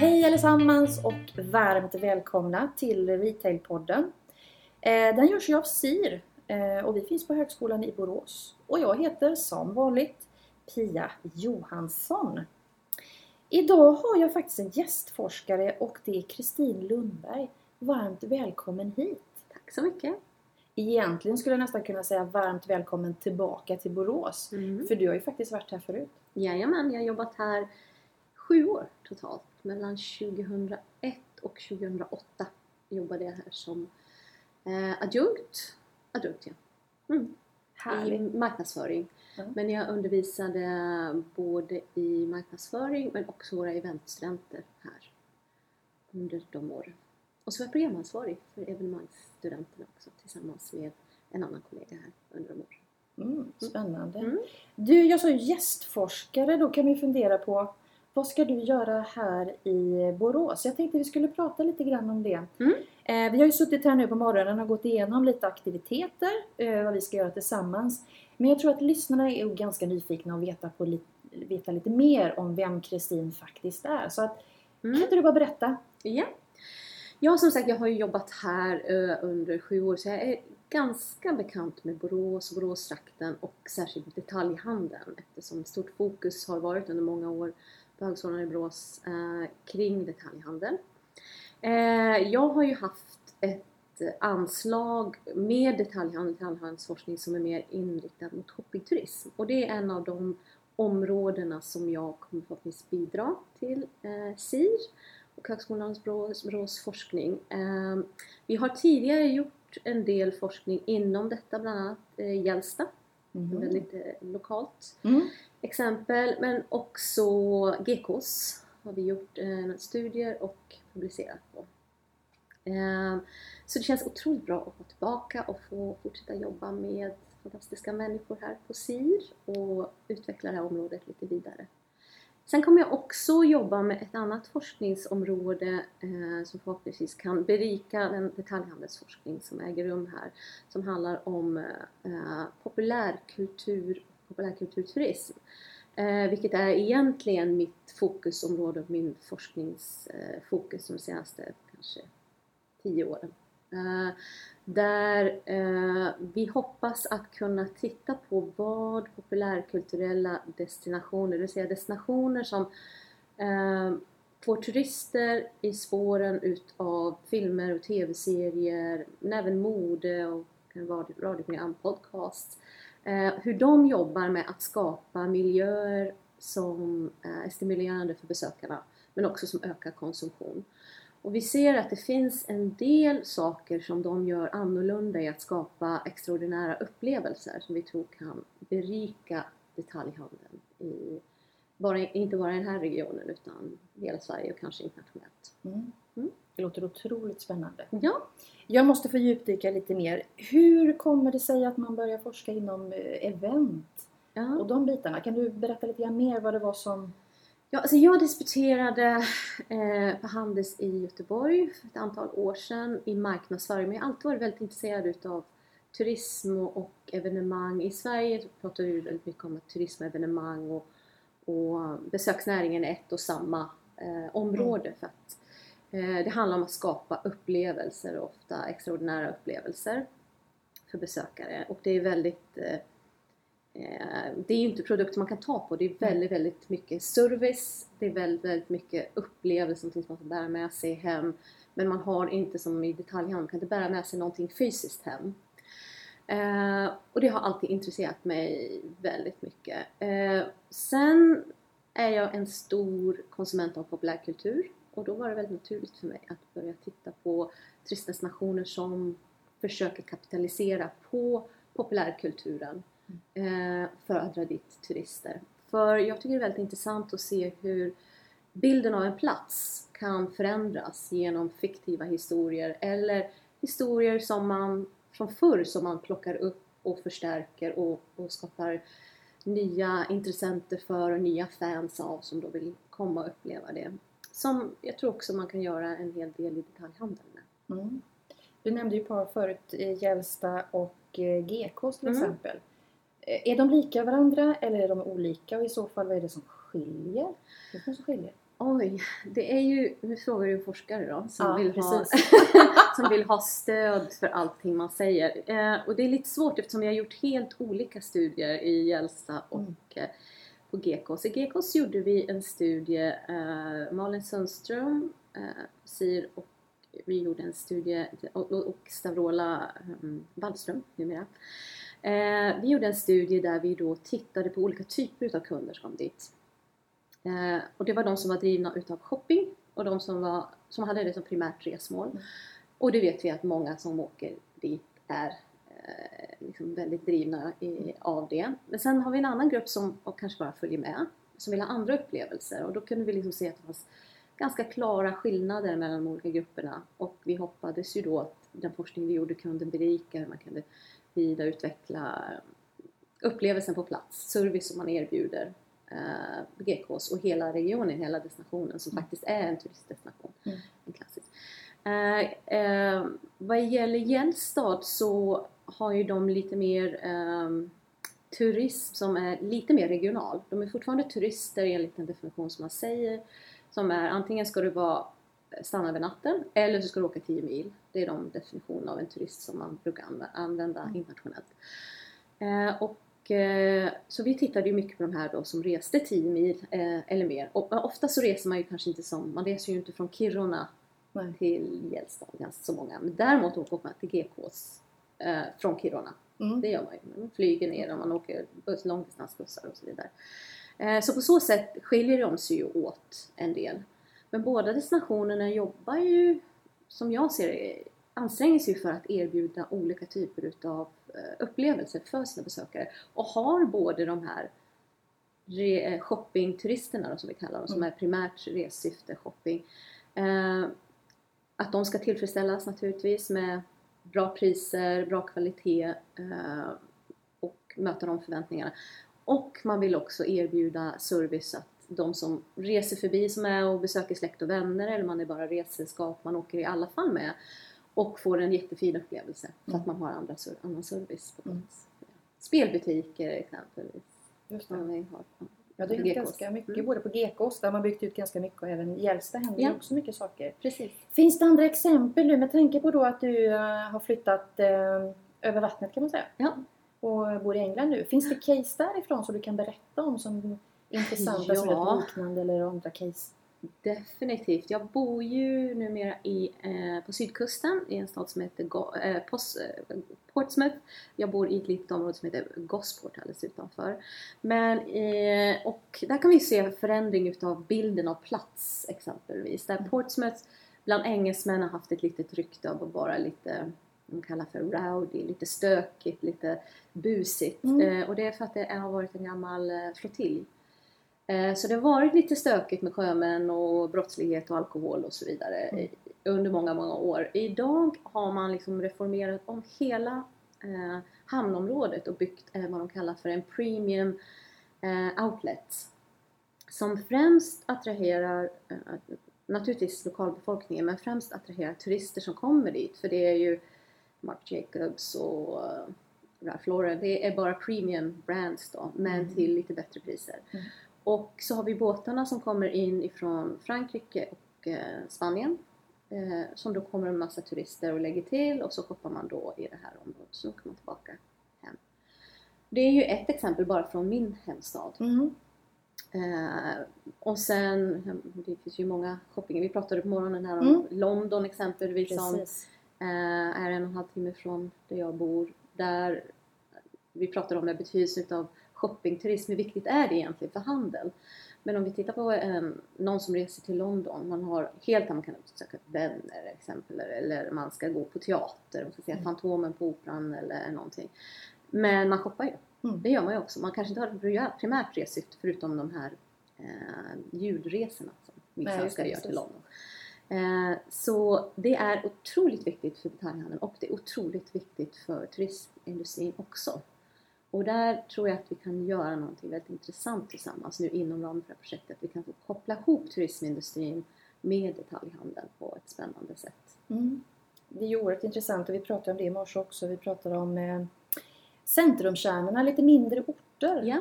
Hej allesammans och varmt välkomna till Retailpodden. Den görs ju av SIR och vi finns på Högskolan i Borås. Och jag heter som vanligt Pia Johansson. Idag har jag faktiskt en gästforskare och det är Kristin Lundberg. Varmt välkommen hit. Tack så mycket. Egentligen skulle jag nästan kunna säga varmt välkommen tillbaka till Borås. För du har ju faktiskt varit här förut. Jajamän, jag har jobbat här 7 år totalt. Mellan 2001 och 2008 jobbade jag här som adjunkt ja. I marknadsföring. Men jag undervisade både i marknadsföring men också våra eventstudenter här under de åren. Och så var jag programansvarig för evenemangsstudenterna också tillsammans med en annan kollega här under de åren. Spännande. Du, jag sa ju gästforskare, då kan vi fundera på vad ska du göra här i Borås? Jag tänkte vi skulle prata lite grann om det. Vi har ju suttit här nu på morgonen och gått igenom lite aktiviteter, vad vi ska göra tillsammans. Men jag tror att lyssnarna är ganska nyfikna och veta lite mer om vem Kristin faktiskt är. Så att, kan inte du bara berätta? Ja, som sagt, jag har ju jobbat här under 7 år så jag är ganska bekant med Boråstrakten och särskilt detaljhandeln eftersom stort fokus har varit under många år på Högskolan i Borås kring detaljhandeln. Jag har ju haft ett anslag med detaljhandelsforskning som är mer inriktad mot shoppingturism och det är en av de områdena som jag kommer förhoppningsvis bidra till SIR och Högskolan i Borås forskning. Vi har tidigare gjort en del forskning inom detta, bland annat Gällsta, väldigt lokalt exempel, men också GKs har vi gjort studier och publicerat på. Så det känns otroligt bra att vara tillbaka och få fortsätta jobba med fantastiska människor här på SIR och utveckla det här området lite vidare. Sen kommer jag också jobba med ett annat forskningsområde som förhoppningsvis kan berika den detaljhandelsforskning som äger rum här. Som handlar om populärkulturturism. Vilket är egentligen mitt fokusområde och min forskningsfokus de senaste kanske 10 åren. Där vi hoppas att kunna titta på vad populärkulturella destinationer, det vill säga destinationer som får turister i spåren utav filmer och tv-serier, men även mode och radioprogram, podcast. Hur de jobbar med att skapa miljöer som är stimulerande för besökarna men också som ökar konsumtion. Och vi ser att det finns en del saker som de gör annorlunda i att skapa extraordinära upplevelser som vi tror kan berika detaljhandeln inte bara i den här regionen utan i hela Sverige och kanske internationellt. Det låter otroligt spännande. Ja. Jag måste få djupdyka lite mer. Hur kommer det sig att man börjar forska inom event och de bitarna? Kan du berätta lite mer vad det var som... Ja, alltså jag disputerade på Handels i Göteborg för ett antal år sedan i marknadsföring. Men jag har alltid varit väldigt intresserad av turism och evenemang. I Sverige pratar vi väldigt mycket om att turism och evenemang och besöksnäringen är ett och samma område. För att det handlar om att skapa upplevelser, ofta extraordinära upplevelser för besökare. Och det är väldigt... det är ju inte produkter man kan ta på. Det är väldigt, väldigt mycket service. Det är väldigt, väldigt mycket upplevelse. Någonting som man får bära med sig hem. Men man har inte som i detaljhandeln. Man kan inte bära med sig någonting fysiskt hem. Och det har alltid intresserat mig väldigt mycket. Sen är jag en stor konsument av populärkultur. Och då var det väldigt naturligt för mig att börja titta på turistdestinationer som försöker kapitalisera på populärkulturen. För att dra dit turister. För jag tycker det är väldigt intressant att se hur bilden av en plats kan förändras genom fiktiva historier eller historier som man från förr som man plockar upp och förstärker och skapar nya intressenter för och nya fans av som då vill komma och uppleva det. Som jag tror också man kan göra en hel del i detaljhandeln med. Du nämnde ju par förut, Gällsta och GKs till exempel. Är de lika varandra eller är de olika? Och i så fall, vad är det som skiljer? Det är som skiljer. Oj, det är ju, nu frågar du forskare då, som vill ha stöd för allting man säger. Och det är lite svårt eftersom vi har gjort helt olika studier i Gällsta och på Gekås. I Gekås gjorde vi en studie, Malin Sundström, SIR, och vi gjorde en studie, och Stavrola Wallström numera. Vi gjorde en studie där vi då tittade på olika typer av kunder som kom dit. Och det var de som var drivna utav shopping och de som hade det som primärt resmål. Och det vet vi att många som åker dit är liksom väldigt drivna av det. Men sen har vi en annan grupp som kanske bara följer med, som vill ha andra upplevelser. Och då kunde vi liksom se att det fanns ganska klara skillnader mellan de olika grupperna. Och vi hoppades ju då att den forskning vi gjorde kunde berika hur man kunde vidareutveckla upplevelsen på plats, service som man erbjuder på Gekås och hela regionen, hela destinationen som faktiskt är en turistdestination. En klassisk. Vad gäller Gällstad så har ju de lite mer turism som är lite mer regional. De är fortfarande turister enligt en definition som man säger, som är antingen ska du stanna över natten eller så ska du åka 10 mil. Det är de definitioner av en turist som man brukar använda internationellt. Så vi tittade ju mycket på de här då som reste 10 mil eller mer. Och ofta så reser man ju kanske inte man reser ju inte från Kiruna till Gällstad, ganska så många. Men däremot åker man till Gekås från Kiruna. Det gör man ju. Man flyger ner och man åker långdistansbussar och så vidare. Så på så sätt skiljer de sig ju åt en del. Men båda destinationerna jobbar ju, som jag ser det, anstränger sig för att erbjuda olika typer av upplevelser för sina besökare. Och har både de här shoppingturisterna som vi kallar dem, som är primärt ressyfte shopping. Att de ska tillfredsställas naturligtvis med bra priser, bra kvalitet och möta de förväntningarna. Och man vill också erbjuda service att de som reser förbi, som är och besöker släkt och vänner, eller man är bara resesällskap, man åker i alla fall med och får en jättefin upplevelse för att man har annan service på plats. Spelbutiker exempelvis. Just det. Ja, det är ganska mycket, både på Gekås där man byggt ut ganska mycket och även i Gällsta händer också mycket saker. Precis. Finns det andra exempel nu med tanke på då att du har flyttat över vattnet kan man säga? Ja. Och bor i England nu. Finns det case därifrån som du kan berätta om som intressanta som är liknande eller andra case? Definitivt. Jag bor ju numera på sydkusten i en stad som heter Portsmouth. Jag bor i ett litet område som heter Gosport alldeles utanför. Och där kan vi se förändring utav bilden av plats exempelvis. Där Portsmouth bland engelsmän har haft ett litet rykte av att vara lite, de kallar för rowdy, lite stökigt, lite busigt. Och det är för att det har varit en gammal flottilj. Så det har varit lite stökigt med sjömän och brottslighet och alkohol och så vidare under många, många år. Idag har man liksom reformerat om hela hamnområdet och byggt vad de kallar för en premium outlet. Som främst attraherar naturligtvis lokalbefolkningen, men främst attraherar turister som kommer dit. För det är ju Marc Jacobs och Ralph Lauren, det är bara premium brands då, men till lite bättre priser. Och så har vi båtarna som kommer in ifrån Frankrike och Spanien. Som då kommer en massa turister och lägger till. Och så hoppar man då i det här området. Så kommer man tillbaka hem. Det är ju ett exempel bara från min hemstad. Och sen, det finns ju många shoppingar. Vi pratade på morgonen här om London exempelvis. Precis. Som är 1,5 timme från där jag bor. Där vi pratade om det betydelsen av shoppingturism, hur viktigt är det egentligen för handel? Men om vi tittar på någon som reser till London, man har helt man kan söka vänner exempel, eller man ska gå på teater, man ska se Fantomen på operan eller någonting. Men man shoppar ju. Det gör man ju också. Man kanske inte har ett primärt resyfte förutom de här julresorna som vi svenskar gör till London. Så det är otroligt viktigt för detaljhandeln och det är otroligt viktigt för turistindustrin också. Och där tror jag att vi kan göra någonting väldigt intressant tillsammans nu inom ramen för projektet. Vi kan få koppla ihop turismindustrin med detaljhandeln på ett spännande sätt. Det är ju oerhört intressant och vi pratade om det i morse också. Vi pratade om centrumkärnorna, lite mindre orter. Ja.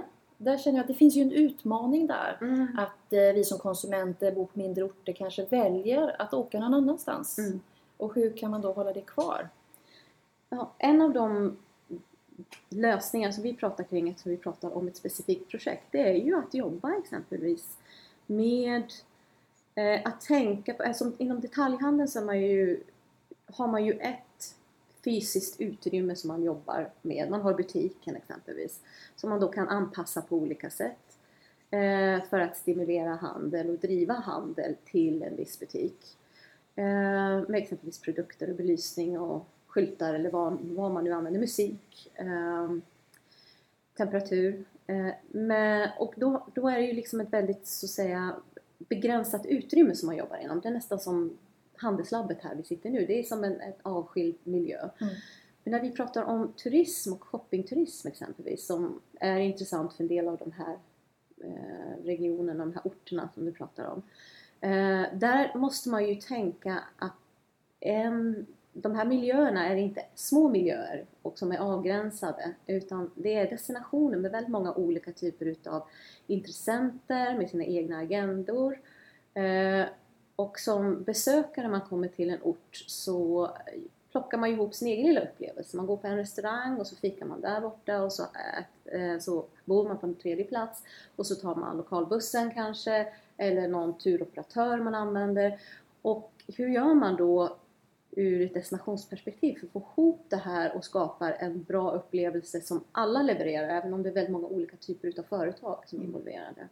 där känner jag att det finns ju en utmaning där. Att vi som konsumenter bor på mindre orter kanske väljer att åka någon annanstans. Och hur kan man då hålla det kvar? Ja, en av de lösningar som vi pratar kring, eftersom vi pratar om ett specifikt projekt, det är ju att jobba exempelvis med att tänka på, alltså inom detaljhandeln så har man ju ett fysiskt utrymme som man jobbar med. Man har butiken exempelvis, som man då kan anpassa på olika sätt för att stimulera handel och driva handel till en viss butik. Med exempelvis produkter och belysning och skyltar eller vad man nu använder, musik, temperatur. Och då är det ju liksom ett väldigt så att säga begränsat utrymme som man jobbar inom. Det är nästan som handelslabbet här vi sitter nu. Det är som en avskild miljö. Men när vi pratar om turism och shoppingturism exempelvis, som är intressant för en del av de här regionerna, de här orterna som du pratar om. Där måste man ju tänka att de här miljöerna är inte små miljöer och som är avgränsade, utan det är destinationer med väldigt många olika typer utav intressenter med sina egna agendor. Och som besökare när man kommer till en ort så plockar man ihop sin egen lilla upplevelse. Man går på en restaurang och så fikar man där borta och så bor man på en tredje plats och så tar man lokalbussen kanske eller någon turoperatör man använder. Och hur gör man då ur ett destinationsperspektiv för att få ihop det här och skapar en bra upplevelse som alla levererar, även om det är väldigt många olika typer av företag som är involverade.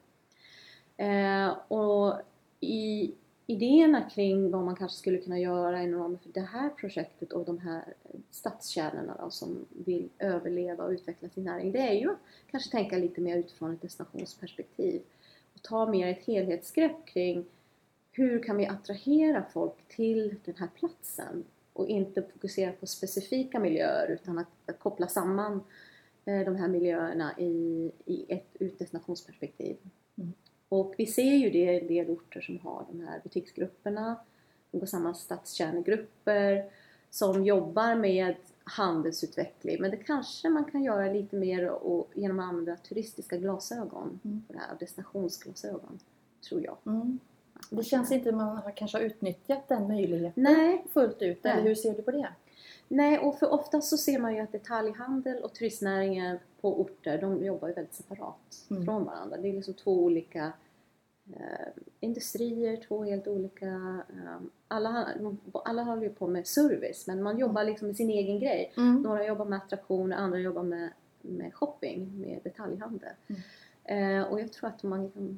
Och i idéerna kring vad man kanske skulle kunna göra inom ramen för det här projektet och de här stadskärnorna då, som vill överleva och utveckla sin näring, det är ju att kanske tänka lite mer utifrån ett destinationsperspektiv och ta mer ett helhetsgrepp kring hur kan vi attrahera folk till den här platsen och inte fokusera på specifika miljöer utan att koppla samman de här miljöerna i ett destinationsperspektiv. Och vi ser ju det i en del orter som har de här butiksgrupperna, de går samman stadskärnegrupper som jobbar med handelsutveckling. Men det kanske man kan göra lite mer genom att använda turistiska glasögon, på det här, destinationsglasögon, tror jag. Det känns inte att man har kanske utnyttjat den möjligheten fullt ut. Eller hur ser du på det? Nej, och för ofta så ser man ju att detaljhandel och turistnäringen på orter, de jobbar ju väldigt separat från varandra. Det är liksom två olika industrier, två helt olika... Alla håller ju på med service, men man jobbar liksom med sin egen grej. Några jobbar med attraktioner, andra jobbar med shopping, med detaljhandel. Och jag tror att man liksom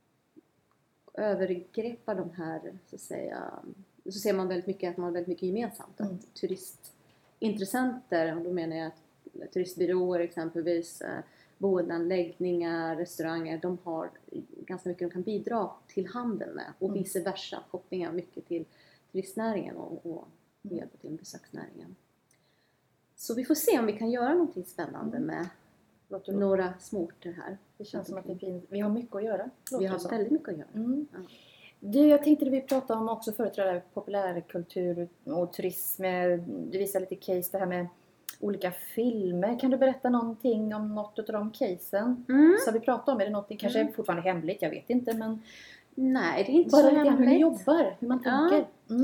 övergreppar de här, så att säga, så ser man väldigt mycket att man har väldigt mycket gemensamt. Att turistintressenter, och då menar jag att turistbyråer exempelvis, boendeanläggningar, restauranger, de har ganska mycket de kan bidra till handeln med och vice versa, shoppingar mycket till turistnäringen och leda till besöksnäringen. Så vi får se om vi kan göra någonting spännande med några småorter här. Det känns som att vi har mycket att göra. Vi har väldigt mycket att göra. Jag tänkte att vi pratade om också företrädare populärkultur och turism. Du visar lite case det här med olika filmer. Kan du berätta någonting om något av de casen? Så vi pratar om, är det någonting kanske fortfarande hemligt, jag vet inte, men nej, det är inte bara så lite hemligt. hur ni jobbar, hur man tänker.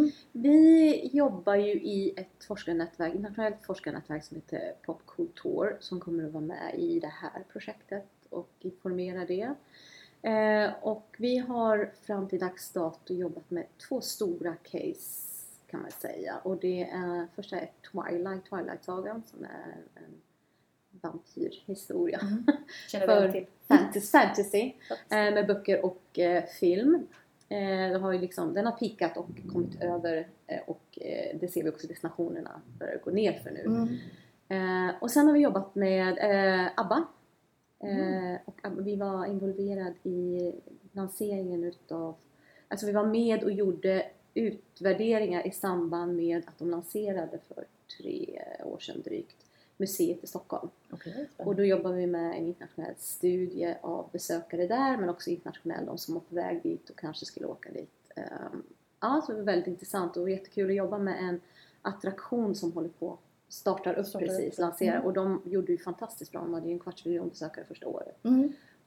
Vi jobbar ju i ett forskarnätverk, internationellt forskarnätverk som heter Popkultur, som kommer att vara med i det här projektet och informera det. Och vi har fram till dags dato jobbat med 2 stora case kan man säga. Och det är första är Twilight-sagan som är en vampyrhistoria. För fantasy med böcker och film. Den har peakat och kommit över och det ser vi också i destinationerna börjar gå ner för nu. Och sen har vi jobbat med ABBA. Och vi var involverade i lanseringen alltså vi var med och gjorde utvärderingar i samband med att de lanserade för 3 år sedan drygt museet i Stockholm. Och då jobbar vi med en internationell studie av besökare där, men också internationell, de som var på väg dit och kanske skulle åka dit. Så det var väldigt intressant och jättekul att jobba med en attraktion som håller på startar upp. Lanserar. Och de gjorde ju fantastiskt bra, de hade ju 250 000 besökare första året.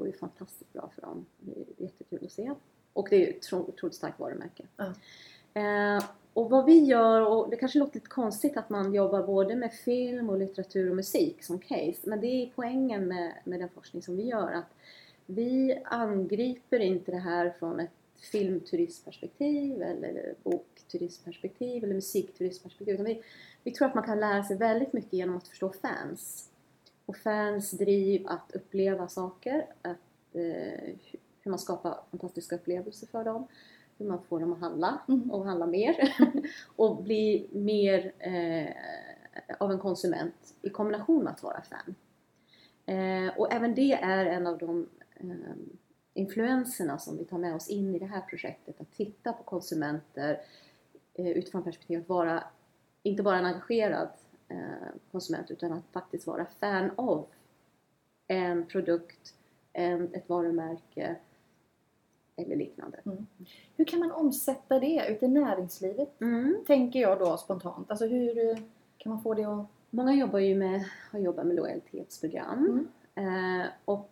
går ju fantastiskt bra för dem. Det är jättekul att se. Och det är ett otroligt starkt varumärke. Och vad vi gör, och det kanske låter lite konstigt att man jobbar både med film och litteratur och musik som case. Men det är poängen med den forskning som vi gör. Att vi angriper inte det här från ett filmturistperspektiv eller bokturistperspektiv eller musikturistperspektiv. Utan vi tror att man kan lära sig väldigt mycket genom att förstå fans. Och fans driv att uppleva saker, hur man skapar fantastiska upplevelser för dem. Hur man får dem att handla och handla mer. Och bli mer av en konsument i kombination med att vara fan. Och även det är en av de influenserna som vi tar med oss in i det här projektet. Att titta på konsumenter utifrån perspektivet att vara inte bara en engagerad konsument utan att faktiskt vara fan av en produkt, ett varumärke eller liknande. Hur kan man omsätta det ut i näringslivet? Tänker jag då spontant. Alltså hur kan man få det att... Många har jobbat med lojalitetsprogram. Och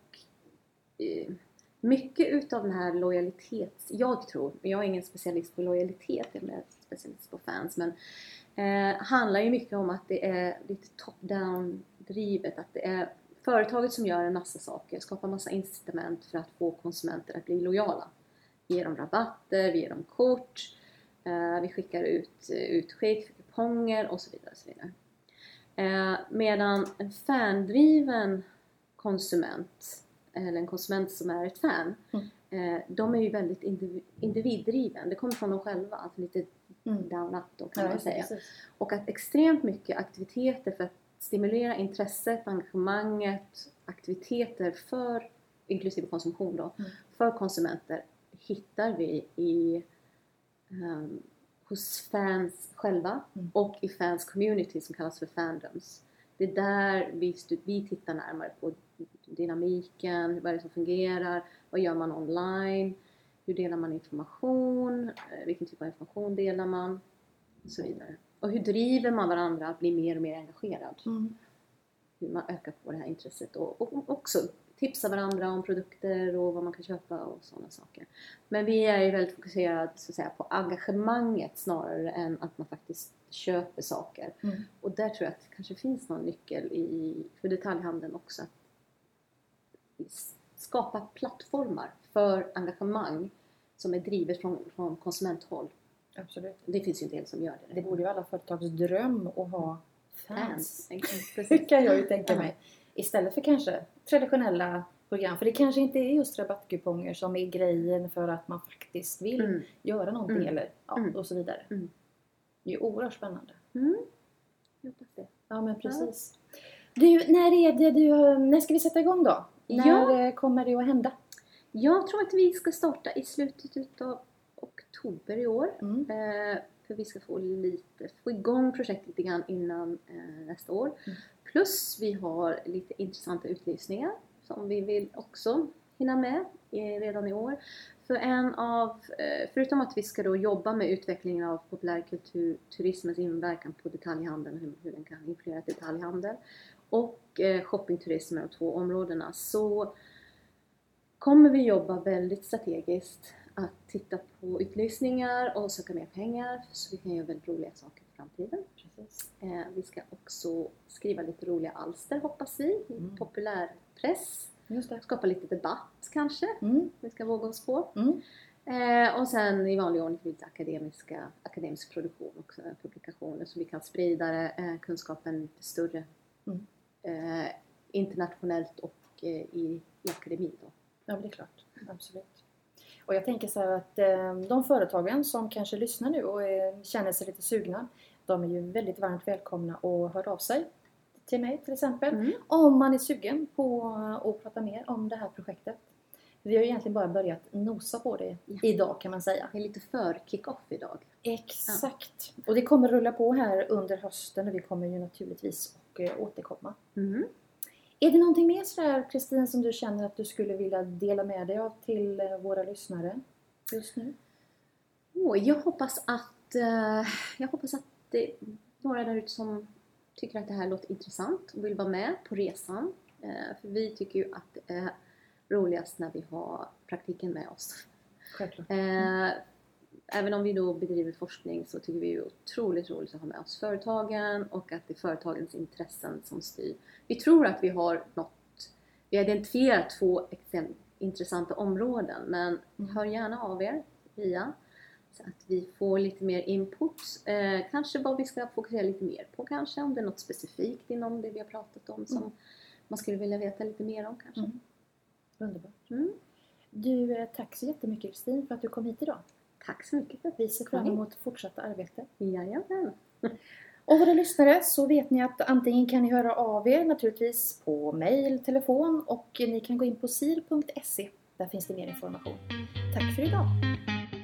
mycket utav den här jag är ingen specialist på lojalitet, jag är mer specialist på fans, men handlar ju mycket om att det är lite top-down drivet, att det är företaget som gör en massa saker, skapar massa incitament för att få konsumenter att bli lojala. Vi ger dem rabatter, vi ger dem kort, vi skickar ut utskick, kuponger och så vidare. Och så vidare. Medan en fandriven konsument, eller en konsument som är ett fan, de är ju väldigt individdriven. Det kommer från dem själva, alltså lite down up då kan man säga. Precis. Och att extremt mycket aktiviteter för att stimulera intresset, engagemanget, aktiviteter för, inklusive konsumtion då, för konsumenter hittar vi hos fans själva och i fans community som kallas för fandoms. Det är där vi tittar närmare på dynamiken, vad är det som fungerar, vad gör man online, hur delar man information, vilken typ av information delar man och så vidare. Och hur driver man varandra att bli mer och mer engagerad. Hur man ökar på det här intresset och också tipsa varandra om produkter och vad man kan köpa och sådana saker. Men vi är ju väldigt fokuserade så att säga, på engagemanget snarare än att man faktiskt köper saker. Och där tror jag att det kanske finns någon nyckel för detaljhandeln också. Att skapa plattformar för engagemang som är drivet från konsumenthåll. Absolut. Det finns ju en del som gör det. Det borde ju alla företags dröm att ha fans. Precis. kan jag ju tänka mig. Istället för kanske traditionella program. För det kanske inte är just rabattkuponger som är grejen för att man faktiskt vill göra någonting eller och så vidare. Det är ju oerhört spännande. Jag hoppas det. Ja men precis. Du, när ska vi sätta igång då? När kommer det att hända? Jag tror att vi ska starta i slutet av oktober i år. För vi ska få igång projektet lite grann innan nästa år. Plus vi har lite intressanta utlysningar som vi vill också hinna med redan i år. För förutom att vi ska då jobba med utvecklingen av populärkulturturismens inverkan på detaljhandeln, hur den kan influera detaljhandel och shoppingturismen, de två områdena, så kommer vi jobba väldigt strategiskt att titta på utlysningar och söka mer pengar så vi kan göra väldigt roliga saker i framtiden. Precis. Vi ska också skriva lite roliga alster hoppas vi, populärpress. Just det. Skapa lite debatt kanske, vi ska våga oss på. Och sen i vanlig ordning lite akademisk produktion också, publikationer så vi kan sprida kunskapen lite större internationellt och i akademin då. Ja, det är klart. Absolut. Och jag tänker så här att de företagen som kanske lyssnar nu och känner sig lite sugna, de är ju väldigt varmt välkomna att höra av sig till mig till exempel. Om man är sugen på att prata mer om det här projektet. Vi har ju egentligen bara börjat nosa på det idag kan man säga. Det är lite för kick-off idag. Exakt. Ja. Och det kommer rulla på här under hösten och vi kommer ju naturligtvis återkomma. Är det någonting mer sådär, Kristin, som du känner att du skulle vilja dela med dig av till våra lyssnare just nu? Jag hoppas att det är några där ute som tycker att det här låter intressant och vill vara med på resan. För vi tycker ju att det är roligast när vi har praktiken med oss. Självklart. Även om vi då bedriver forskning så tycker vi det är otroligt roligt att ha med oss företagen och att det är företagens intressen som styr. Vi tror att vi har identifierat 2 intressanta områden, men hör gärna av er via så att vi får lite mer input. Kanske vad vi ska fokusera lite mer på kanske, om det är något specifikt inom det vi har pratat om som man skulle vilja veta lite mer om kanske. Underbart. Du, tack så jättemycket Kristin för att du kom hit idag. Tack så mycket för att vi ser fram emot fortsatta arbete. Jajamän. Och våra lyssnare, så vet ni att antingen kan ni höra av er naturligtvis på mail, telefon, och ni kan gå in på sir.se. Där finns det mer information. Tack för idag!